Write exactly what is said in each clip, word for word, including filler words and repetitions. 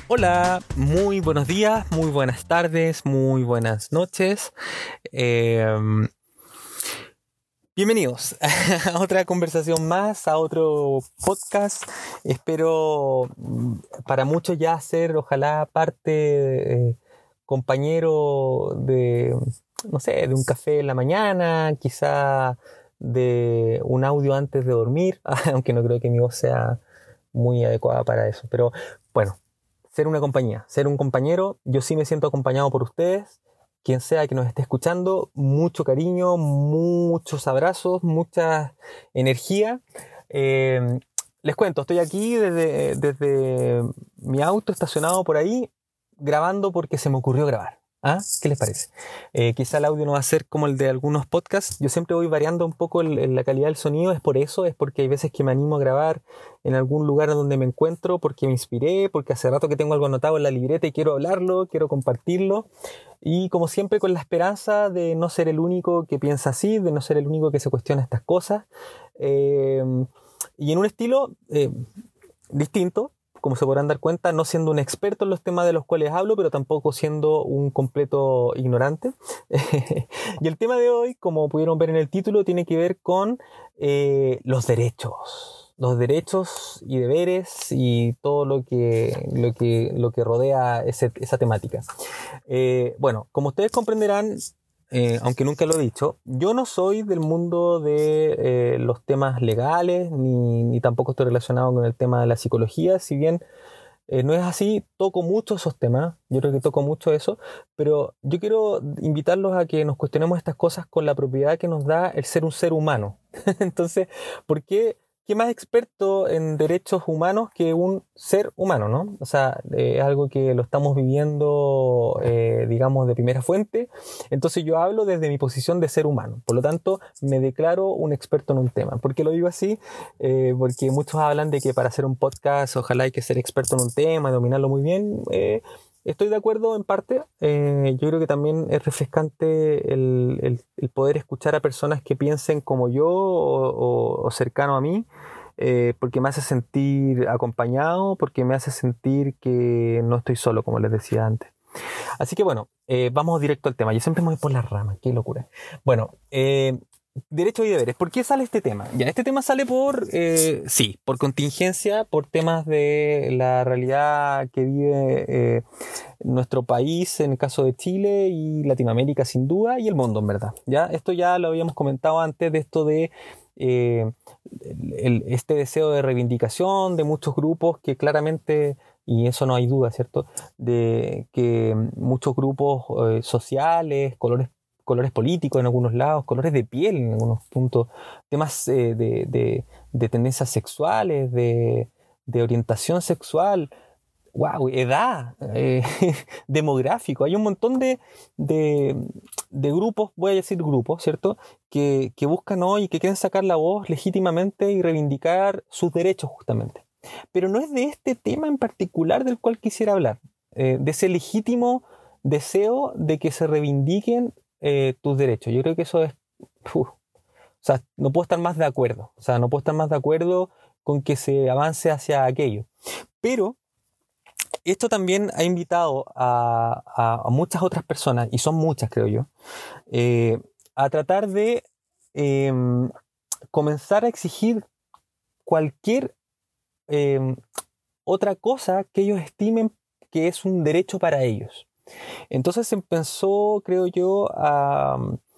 Hola, muy buenos días, muy buenas tardes, muy buenas noches. Eh, bienvenidos a otra conversación más, a otro podcast. Espero mm, para muchos ya ser, ojalá, parte, eh, compañero de, no sé, de un café en la mañana, quizá de un audio antes de dormir, aunque no creo que mi voz sea muy adecuada para eso. Pero bueno, ser una compañía, ser un compañero. Yo sí me siento acompañado por ustedes, quien sea que nos esté escuchando. Mucho cariño, muchos abrazos, mucha energía. Eh, les cuento, estoy aquí desde, desde mi auto estacionado por ahí, grabando porque se me ocurrió grabar. ¿Ah? ¿Qué les parece? Eh, quizá el audio no va a ser como el de algunos podcasts. Yo siempre voy variando un poco el, el, la calidad del sonido. Es por eso, es porque hay veces que me animo a grabar en algún lugar donde me encuentro, porque me inspiré, porque hace rato que tengo algo anotado en la libreta y quiero hablarlo, quiero compartirlo. Y como siempre, con la esperanza de no ser el único que piensa así, de no ser el único que se cuestiona estas cosas. Eh, y en un estilo eh, distinto, como se podrán dar cuenta, no siendo un experto en los temas de los cuales hablo, pero tampoco siendo un completo ignorante. Y el tema de hoy, como pudieron ver en el título, tiene que ver con eh, los derechos. Los derechos y deberes y todo lo que, lo que, lo que rodea ese, esa temática. Eh, bueno, como ustedes comprenderán, Eh, aunque nunca lo he dicho, yo no soy del mundo de eh, los temas legales, ni, ni tampoco estoy relacionado con el tema de la psicología. Si bien eh, no es así, toco mucho esos temas, yo creo que toco mucho eso, pero yo quiero invitarlos a que nos cuestionemos estas cosas con la propiedad que nos da el ser un ser humano. Entonces, ¿por qué? ¿Qué más experto en derechos humanos que un ser humano, ¿no? O sea, eh, es algo que lo estamos viviendo, eh, digamos, de primera fuente. Entonces yo hablo desde mi posición de ser humano. Por lo tanto, me declaro un experto en un tema. ¿Por qué lo digo así? Eh, porque muchos hablan de que para hacer un podcast ojalá hay que ser experto en un tema, dominarlo muy bien. Eh, Estoy de acuerdo en parte. Eh, yo creo que también es refrescante el, el, el poder escuchar a personas que piensen como yo o, o, o cercano a mí, eh, porque me hace sentir acompañado, porque me hace sentir que no estoy solo, como les decía antes. Así que bueno, eh, vamos directo al tema. Yo siempre me voy por las ramas, qué locura. Bueno, eh, derechos y deberes. ¿Por qué sale este tema? Ya, este tema sale por, eh, sí, por contingencia, por temas de la realidad que vive eh, nuestro país, en el caso de Chile y Latinoamérica sin duda, y el mundo en verdad. Ya, esto ya lo habíamos comentado antes, de esto de eh, el, este deseo de reivindicación de muchos grupos que claramente, y eso no hay duda, ¿cierto?, de que muchos grupos eh, sociales, colores colores políticos en algunos lados, colores de piel en algunos puntos, temas eh, de, de, de tendencias sexuales, de, de orientación sexual, wow, edad, eh, demográfico. Hay un montón de, de, de grupos, voy a decir grupos, ¿cierto?, que, que buscan hoy y que quieren sacar la voz legítimamente y reivindicar sus derechos justamente. Pero no es de este tema en particular del cual quisiera hablar, eh, de ese legítimo deseo de que se reivindiquen eh, tus derechos. Yo creo que eso es... Uf, o sea, no puedo estar más de acuerdo. O sea, no puedo estar más de acuerdo con que se avance hacia aquello. Pero esto también ha invitado a, a, a muchas otras personas, y son muchas creo yo, eh, a tratar de eh, comenzar a exigir cualquier eh, otra cosa que ellos estimen que es un derecho para ellos. Entonces se empezó, creo yo, a,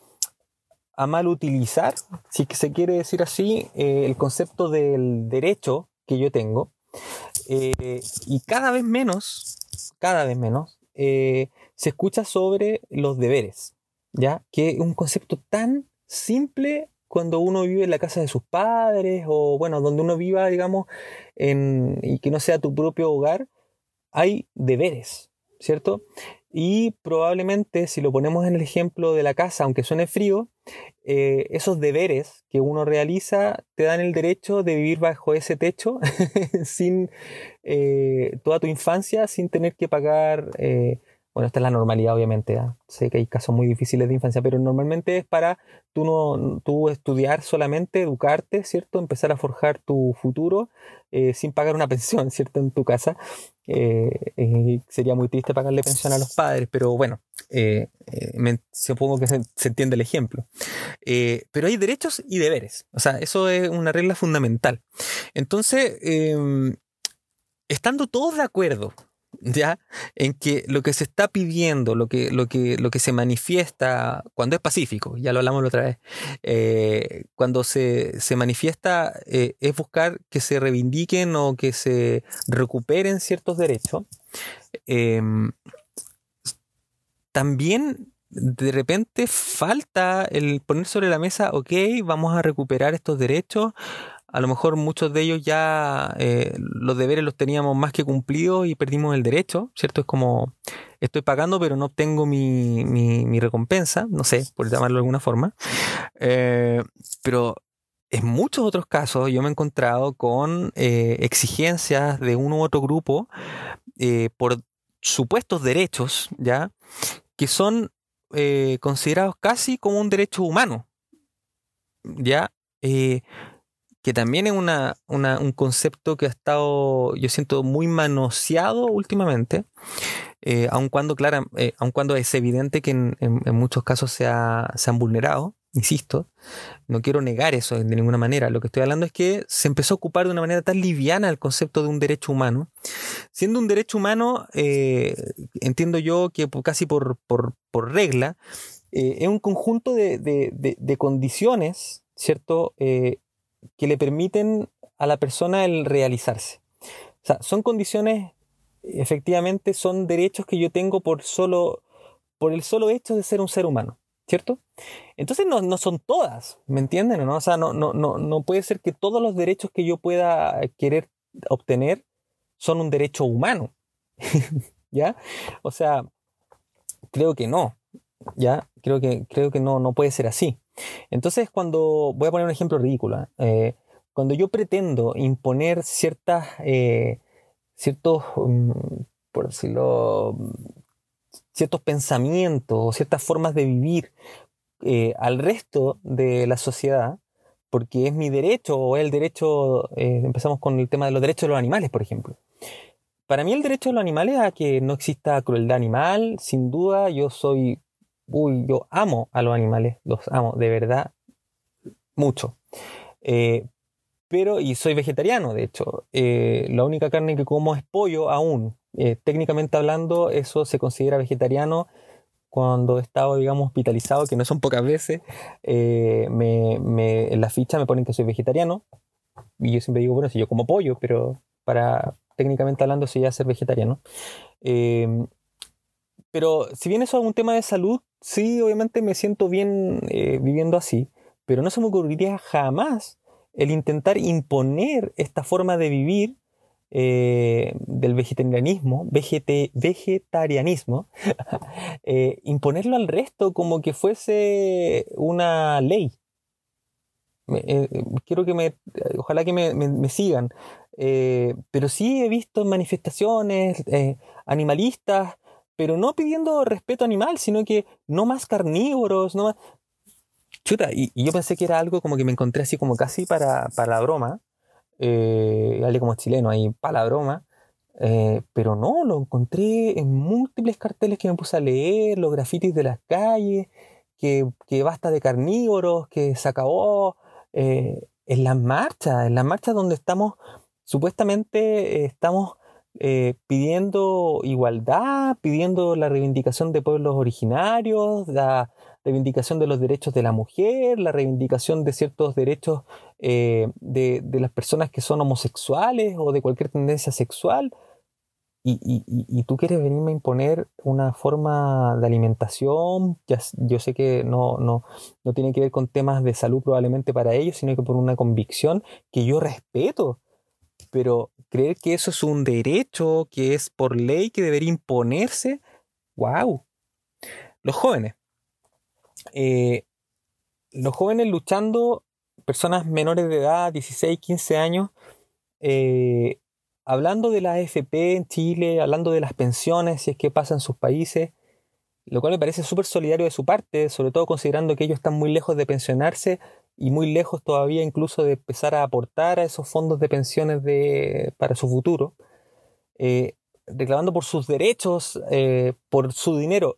a mal utilizar, si se quiere decir así, eh, el concepto del derecho que yo tengo, eh, y cada vez menos, cada vez menos, eh, se escucha sobre los deberes, ¿ya? Que es un concepto tan simple cuando uno vive en la casa de sus padres, o bueno, donde uno viva, digamos, en, y que no sea tu propio hogar, hay deberes, ¿cierto? Y probablemente, si lo ponemos en el ejemplo de la casa, aunque suene frío, eh, esos deberes que uno realiza te dan el derecho de vivir bajo ese techo sin eh, toda tu infancia, sin tener que pagar eh, Bueno, esta es la normalidad, obviamente. ¿eh? Sé que hay casos muy difíciles de infancia, pero normalmente es para tú, no, tú estudiar solamente, educarte, ¿cierto? Empezar a forjar tu futuro eh, sin pagar una pensión, ¿cierto? En tu casa. Eh, eh, sería muy triste pagarle pensión a los padres, pero bueno, eh, eh, me, supongo que se, se entiende el ejemplo. Eh, pero hay derechos y deberes. O sea, eso es una regla fundamental. Entonces, eh, estando todos de acuerdo, ¿ya? En que lo que se está pidiendo, lo que, lo que, lo que se manifiesta cuando es pacífico, ya lo hablamos la otra vez, eh, cuando se, se manifiesta eh, es buscar que se reivindiquen o que se recuperen ciertos derechos. Eh, también de repente falta el poner sobre la mesa, ok, vamos a recuperar estos derechos. A lo mejor muchos de ellos ya eh, los deberes los teníamos más que cumplidos y perdimos el derecho, ¿cierto? Es como, estoy pagando pero no obtengo mi, mi, mi recompensa, no sé, por llamarlo de alguna forma. Eh, pero en muchos otros casos yo me he encontrado con eh, exigencias de uno u otro grupo eh, por supuestos derechos, ¿ya? Que son eh, considerados casi como un derecho humano, ¿ya? Eh, que también es una, una- un concepto que ha estado, yo siento, muy manoseado últimamente, eh, aun cuando, clara, eh, aun cuando es evidente que en, en- en muchos casos se, ha- se han vulnerado, insisto, no quiero negar eso de ninguna manera, lo que estoy hablando es que se empezó a ocupar de una manera tan liviana el concepto de un derecho humano, siendo un derecho humano, eh, entiendo yo que por- casi por, por, por regla, eh, es un conjunto de, de- de- de condiciones, ¿cierto? Eh, que le permiten a la persona el realizarse. O sea, son condiciones, efectivamente, son derechos que yo tengo por solo, por el solo hecho de ser un ser humano, ¿cierto? Entonces no, no son todas, ¿me entienden o no? O sea, no, no, no, no puede ser que todos los derechos que yo pueda querer obtener son un derecho humano, ¿ya? O sea, creo que no, ¿ya? Creo que, creo que no, no puede ser así. Entonces, cuando, voy a poner un ejemplo ridículo, ¿eh? Cuando yo pretendo imponer ciertas, eh, ciertos, um, por decirlo, ciertos pensamientos o ciertas formas de vivir eh, al resto de la sociedad, porque es mi derecho o es el derecho, eh, empezamos con el tema de los derechos de los animales, por ejemplo. Para mí el derecho de los animales a que no exista crueldad animal, sin duda, yo soy, uy, yo amo a los animales, los amo de verdad mucho. Eh, pero, y soy vegetariano, de hecho. Eh, la única carne que como es pollo aún. Eh, técnicamente hablando, eso se considera vegetariano cuando he estado, digamos, hospitalizado, que no son pocas veces. Eh, me, me- en la ficha me ponen que soy vegetariano. Y yo siempre digo, bueno, si yo como pollo, pero para técnicamente hablando, sí ya ser vegetariano. Eh, pero si bien eso es un tema de salud, sí, obviamente me siento bien eh, viviendo así, pero no se me ocurriría jamás el intentar imponer esta forma de vivir eh, del vegetarianismo, vegete- vegetarianismo, eh, imponerlo al resto como que fuese una ley. Me- eh, eh, quiero que me, eh, ojalá que me, me- me sigan. Eh, pero sí he visto manifestaciones eh, animalistas, pero no pidiendo respeto animal, sino que no más carnívoros, no más... Chuta, y, y yo pensé que era algo como que me encontré así como casi para, para la broma, eh, hablé como chileno ahí, para la broma, eh, pero no, lo encontré en múltiples carteles que me puse a leer, los grafitis de las calles, que, que basta de carnívoros, que se acabó, eh, en las marchas, en las marchas donde estamos, supuestamente eh, estamos eh, pidiendo igualdad, pidiendo la reivindicación de pueblos originarios, la reivindicación de los derechos de la mujer, la reivindicación de ciertos derechos eh, de, de las personas que son homosexuales o de cualquier tendencia sexual. Y, y- y- y tú quieres venirme a imponer una forma de alimentación, ya s- yo sé que no, no, no tiene que ver con temas de salud probablemente para ellos, sino que por una convicción que yo respeto, pero creer que eso es un derecho, que es por ley, que debería imponerse, wow. Los jóvenes, eh, los jóvenes luchando, personas menores de edad, dieciséis quince años, eh, hablando de la A F P en Chile, hablando de las pensiones, si es que pasa en sus países, lo cual me parece súper solidario de su parte, sobre todo considerando que ellos están muy lejos de pensionarse y muy lejos todavía incluso de empezar a aportar a esos fondos de pensiones de, para su futuro, eh, reclamando por sus derechos, eh, por su dinero.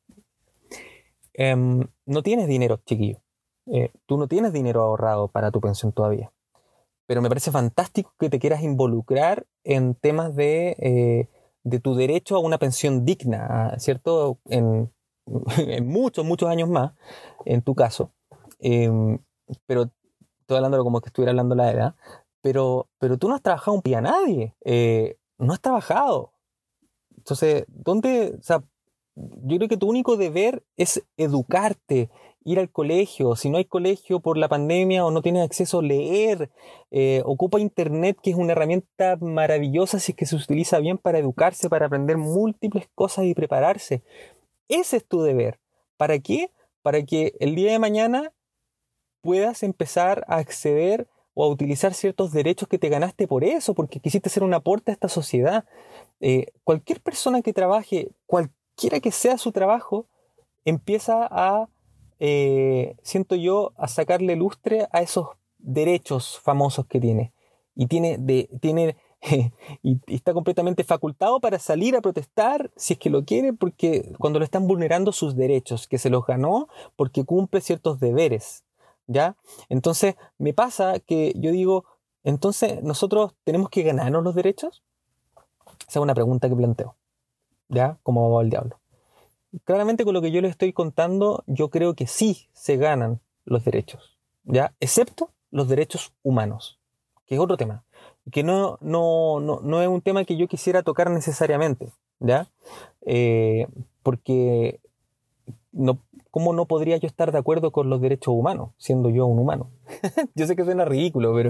Eh, no tienes dinero, chiquillo. Eh, tú no tienes dinero ahorrado para tu pensión todavía. Pero me parece fantástico que te quieras involucrar en temas de, eh, de tu derecho a una pensión digna, ¿cierto? En, en muchos, muchos años más, en tu caso. Eh, pero estoy hablando como que estuviera hablando la edad. Pero, pero tú no has trabajado un día a nadie. Eh, no has trabajado. Entonces, ¿dónde? O sea, yo creo que tu único deber es educarte, ir al colegio. Si no hay colegio por la pandemia o no tienes acceso, leer. Eh, ocupa internet, que es una herramienta maravillosa si es que se utiliza bien para educarse, para aprender múltiples cosas y prepararse. Ese es tu deber. ¿Para qué? Para que el día de mañana puedas empezar a acceder o a utilizar ciertos derechos que te ganaste por eso, porque quisiste hacer un aporte a esta sociedad. Eh, cualquier persona que trabaje, cualquiera que sea su trabajo, empieza a, eh, siento yo, a sacarle lustre a esos derechos famosos que tiene. Y tiene, de, tiene y, y está completamente facultado para salir a protestar si es que lo quiere, porque cuando le están vulnerando sus derechos, que se los ganó porque cumple ciertos deberes. ¿Ya? Entonces, me pasa que yo digo, entonces, ¿nosotros tenemos que ganarnos los derechos? Esa es una pregunta que planteo, ¿ya? Como abogado del diablo. Claramente con lo que yo les estoy contando, yo creo que sí se ganan los derechos, ¿ya? Excepto los derechos humanos, que es otro tema, que no, no, no, no es un tema que yo quisiera tocar necesariamente, ¿ya? Eh, porque no, ¿cómo no podría yo estar de acuerdo con los derechos humanos, siendo yo un humano? Yo sé que suena ridículo, pero...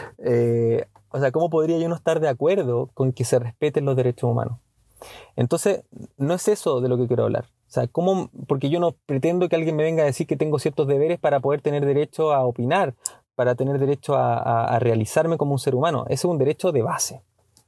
Eh, o sea, ¿cómo podría yo no estar de acuerdo con que se respeten los derechos humanos? Entonces, no es eso de lo que quiero hablar. O sea, ¿cómo? Porque yo no pretendo que alguien me venga a decir que tengo ciertos deberes para poder tener derecho a opinar, para tener derecho a, a, a realizarme como un ser humano. Ese es un derecho de base.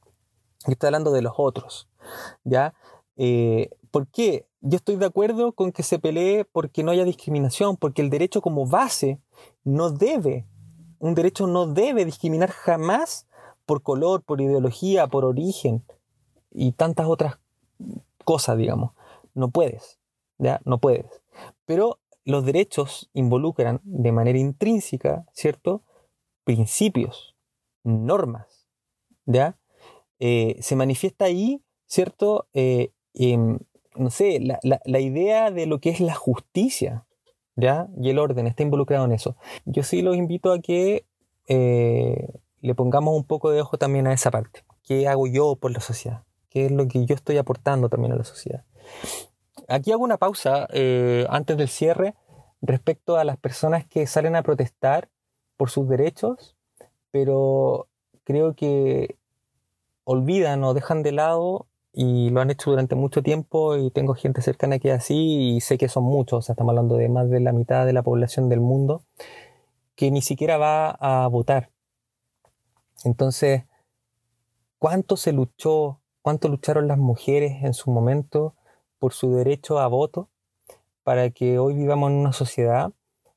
Yo estoy hablando de los otros, ¿ya? Eh, ¿Por qué? Yo estoy de acuerdo con que se pelee porque no haya discriminación, porque el derecho como base no debe, un derecho no debe discriminar jamás por color, por ideología, por origen y tantas otras cosas, digamos. No puedes, ¿ya? No puedes. Pero los derechos involucran de manera intrínseca, ¿cierto? Principios, normas, ¿ya? Eh, se manifiesta ahí, ¿cierto? Eh, eh, no sé, la, la, la idea de lo que es la justicia, ¿ya? Y el orden está involucrado en eso. Yo sí los invito a que eh, le pongamos un poco de ojo también a esa parte. ¿Qué hago yo por la sociedad? ¿Qué es lo que yo estoy aportando también a la sociedad? Aquí hago una pausa eh, antes del cierre respecto a las personas que salen a protestar por sus derechos, pero creo que olvidan o dejan de lado, y lo han hecho durante mucho tiempo, y tengo gente cercana que es así y sé que son muchos, o sea, estamos hablando de más de la mitad de la población del mundo que ni siquiera va a votar. Entonces, ¿cuánto se luchó, cuánto lucharon las mujeres en su momento por su derecho a voto para que hoy vivamos en una sociedad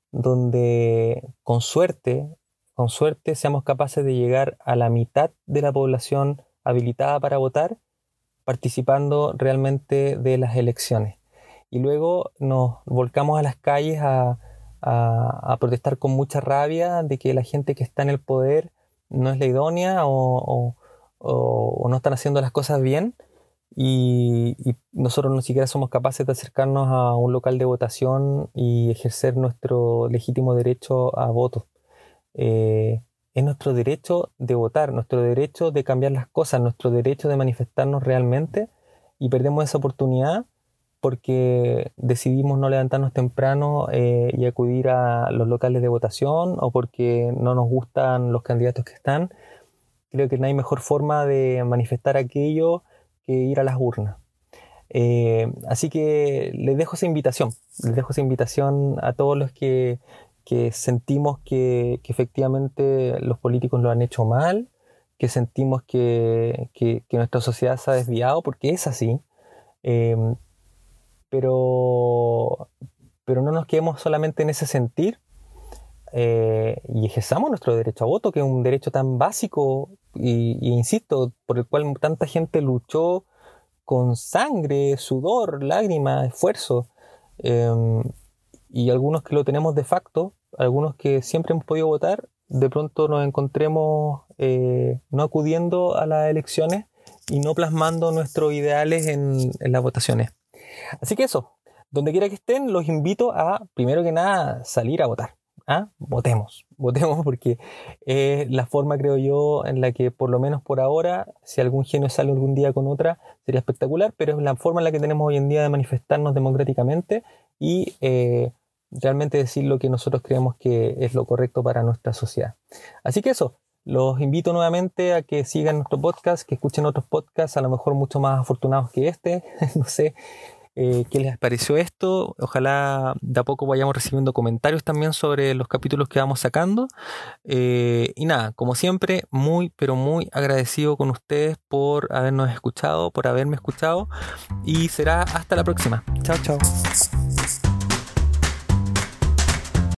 donde con suerte, con suerte seamos capaces de llegar a la mitad de la población habilitada para votar, participando realmente de las elecciones? Y luego nos volcamos a las calles a, a, a protestar con mucha rabia de que la gente que está en el poder no es la idónea o, o, o, o no están haciendo las cosas bien, y, y nosotros ni siquiera somos capaces de acercarnos a un local de votación y ejercer nuestro legítimo derecho a voto. Eh, es nuestro derecho de votar, nuestro derecho de cambiar las cosas, nuestro derecho de manifestarnos realmente, y perdemos esa oportunidad porque decidimos no levantarnos temprano eh, y acudir a los locales de votación, o porque no nos gustan los candidatos que están. Creo que no hay mejor forma de manifestar aquello que ir a las urnas. Eh, así que les dejo esa invitación, les dejo esa invitación a todos los que que sentimos que, que efectivamente los políticos lo han hecho mal, que sentimos que, que, que nuestra sociedad se ha desviado, porque es así, eh, pero, pero no nos quedemos solamente en ese sentir, eh, y ejerzamos nuestro derecho a voto, que es un derecho tan básico y, y insisto, por el cual tanta gente luchó con sangre, sudor, lágrimas, esfuerzo, eh, y algunos que lo tenemos de facto, algunos que siempre hemos podido votar, de pronto nos encontremos eh, no acudiendo a las elecciones y no plasmando nuestros ideales en, en las votaciones. Así que eso, donde quiera que estén, los invito a, primero que nada, salir a votar. ¿Ah? Votemos, votemos porque es la forma, creo yo, en la que por lo menos por ahora, si algún genio sale algún día con otra, sería espectacular, pero es la forma en la que tenemos hoy en día de manifestarnos democráticamente y eh, realmente decir lo que nosotros creemos que es lo correcto para nuestra sociedad. Así que eso, los invito nuevamente a que sigan nuestro podcast, que escuchen otros podcasts, a lo mejor mucho más afortunados que este, no sé. Eh, ¿qué les pareció esto? Ojalá de a poco vayamos recibiendo comentarios también sobre los capítulos que vamos sacando. Eh, y nada, como siempre, muy, pero muy agradecido con ustedes por habernos escuchado, por haberme escuchado. Y será hasta la próxima. Chao, chao.